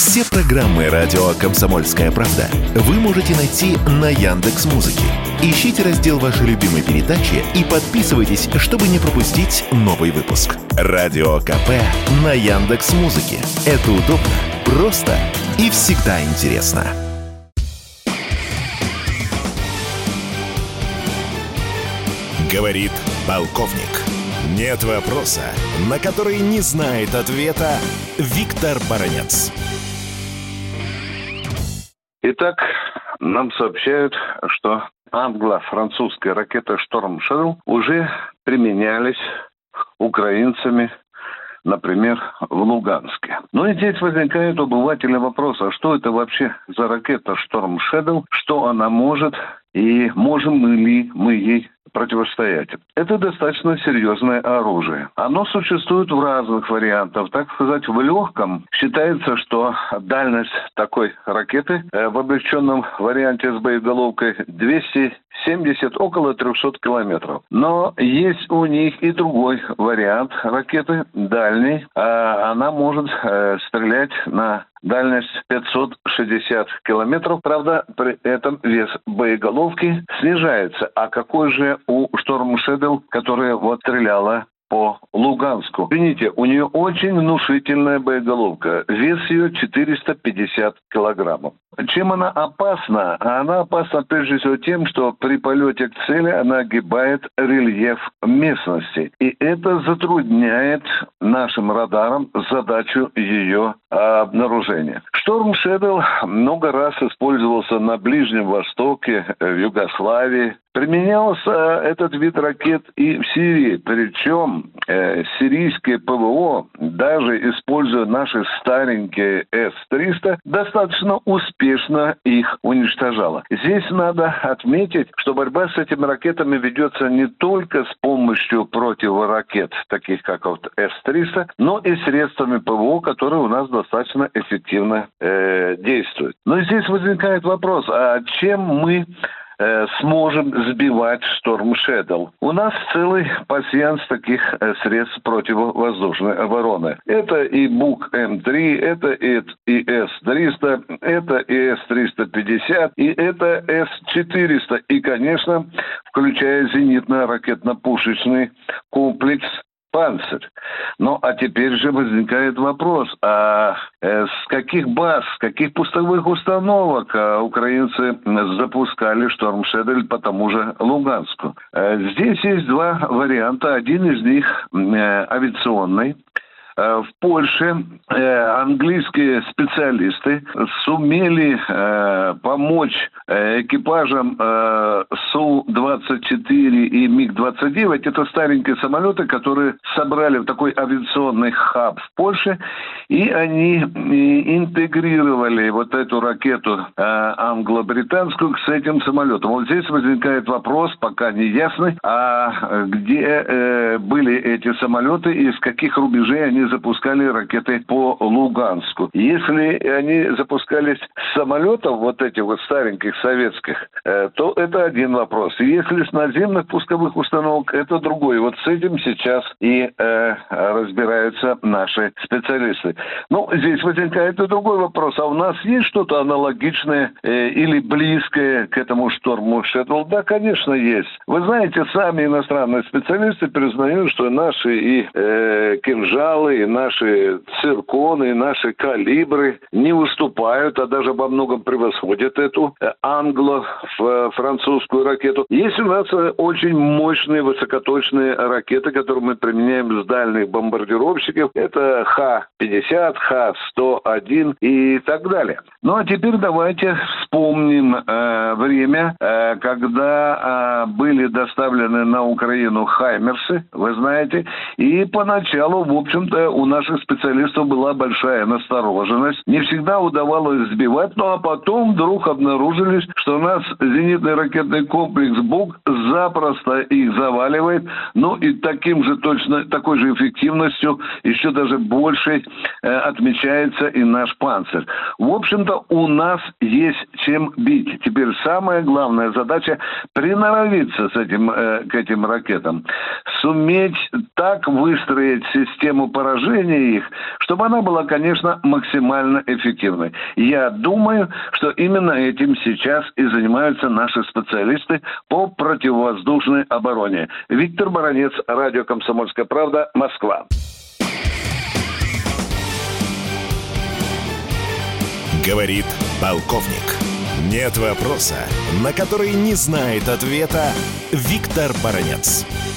Все программы радио «Комсомольская правда» вы можете найти на Яндекс.Музыке. Ищите раздел вашей любимой передачи и подписывайтесь, чтобы не пропустить новый выпуск. Радио КП на Яндекс.Музыке. Это удобно, просто и всегда интересно. Говорит полковник. Нет вопроса, на который не знает ответа Виктор Баранец. Итак, нам сообщают, что англо-французская ракета «Шторм Шэдоу» уже применялись украинцами, например, в Луганске. Но и здесь возникает у обывателя вопрос, а что это вообще за ракета «Шторм Шэдоу», что она может и можем ли мы ей противостоять. Это достаточно серьезное оружие. Оно существует в разных вариантах. Так сказать, в легком считается, что дальность такой ракеты в облегченном варианте с боеголовкой 270, около 300 километров. Но есть у них и другой вариант ракеты, дальний. Она может стрелять на дальность 560 километров. Правда, при этом вес боеголовки снижается. А какой же у «Шторм Шэдоу», которая стреляла по Луганску? Извините, у нее очень внушительная боеголовка. Вес ее 450 килограммов. Чем она опасна? Она опасна прежде всего тем, что при полете к цели она огибает рельеф местности. И это затрудняет нашим радарам задачу ее обнаружения. «Шторм Шэдоу» много раз использовался на Ближнем Востоке, в Югославии. Применялся этот вид ракет и в Сирии. Причем сирийское ПВО, даже используя наши старенькие С-300, достаточно успешно их уничтожало. Здесь надо отметить, что борьба с этими ракетами ведется не только с помощью противоракет, таких как С-300, но и средствами ПВО, которые у нас достаточно эффективно действуют. Но здесь возникает вопрос, а чем мы сможем сбивать «Шторм Шэдоу»? У нас целый пасьянс таких средств противовоздушной обороны. Это и БУК-М3, это и С-300, это и С-350, и это С-400. И, конечно, включая зенитно-ракетно-пушечный комплекс «Панцирь». Ну, а теперь же возникает вопрос, а с каких баз, с каких пусковых установок украинцы запускали «Шторм Шэдоу» по тому же Луганску? Здесь есть два варианта. Один из них авиационный. В Польше английские специалисты сумели помочь экипажам Су-24 и МиГ-29. Это старенькие самолеты, которые собрали в такой авиационный хаб в Польше, и они интегрировали эту ракету англо-британскую с этим самолетом. Здесь возникает вопрос, пока не ясный, а где были эти самолеты и с каких рубежей они запускали ракеты по Луганску. Если они запускались с самолетов этих стареньких советских, то это один вопрос. Если с наземных пусковых установок, это другой. С этим сейчас и разбираются наши специалисты. Здесь возникает и другой вопрос. А у нас есть что-то аналогичное или близкое к этому «Шторму Шэдоу»? Да, конечно, есть. Вы знаете, сами иностранные специалисты признают, что наши и кинжалы, и наши цирконы, и наши калибры не уступают, а даже во многом превосходят эту англо-французскую ракету. Есть у нас очень мощные высокоточные ракеты, которые мы применяем с дальних бомбардировщиков. Это Х-50, Х-101 и так далее. Ну а теперь давайте вспомним время, когда были доставлены на Украину «Хаймерсы», вы знаете, и поначалу, в общем-то, у наших специалистов была большая настороженность. Не всегда удавалось сбивать, а потом вдруг обнаружились, что у нас зенитный ракетный комплекс «Бук» запросто их заваливает, и такой же эффективностью, еще даже большей, отмечается и наш «Панцирь». В общем-то, у нас есть чем бить. Теперь самая главная задача — приноровиться к этим ракетам. Суметь так выстроить систему поражения, поражения их, чтобы она была, конечно, максимально эффективной. Я думаю, что именно этим сейчас и занимаются наши специалисты по противовоздушной обороне. Виктор Баранец, радио «Комсомольская правда», Москва. Говорит полковник. Нет вопроса, на который не знает ответа Виктор Баранец.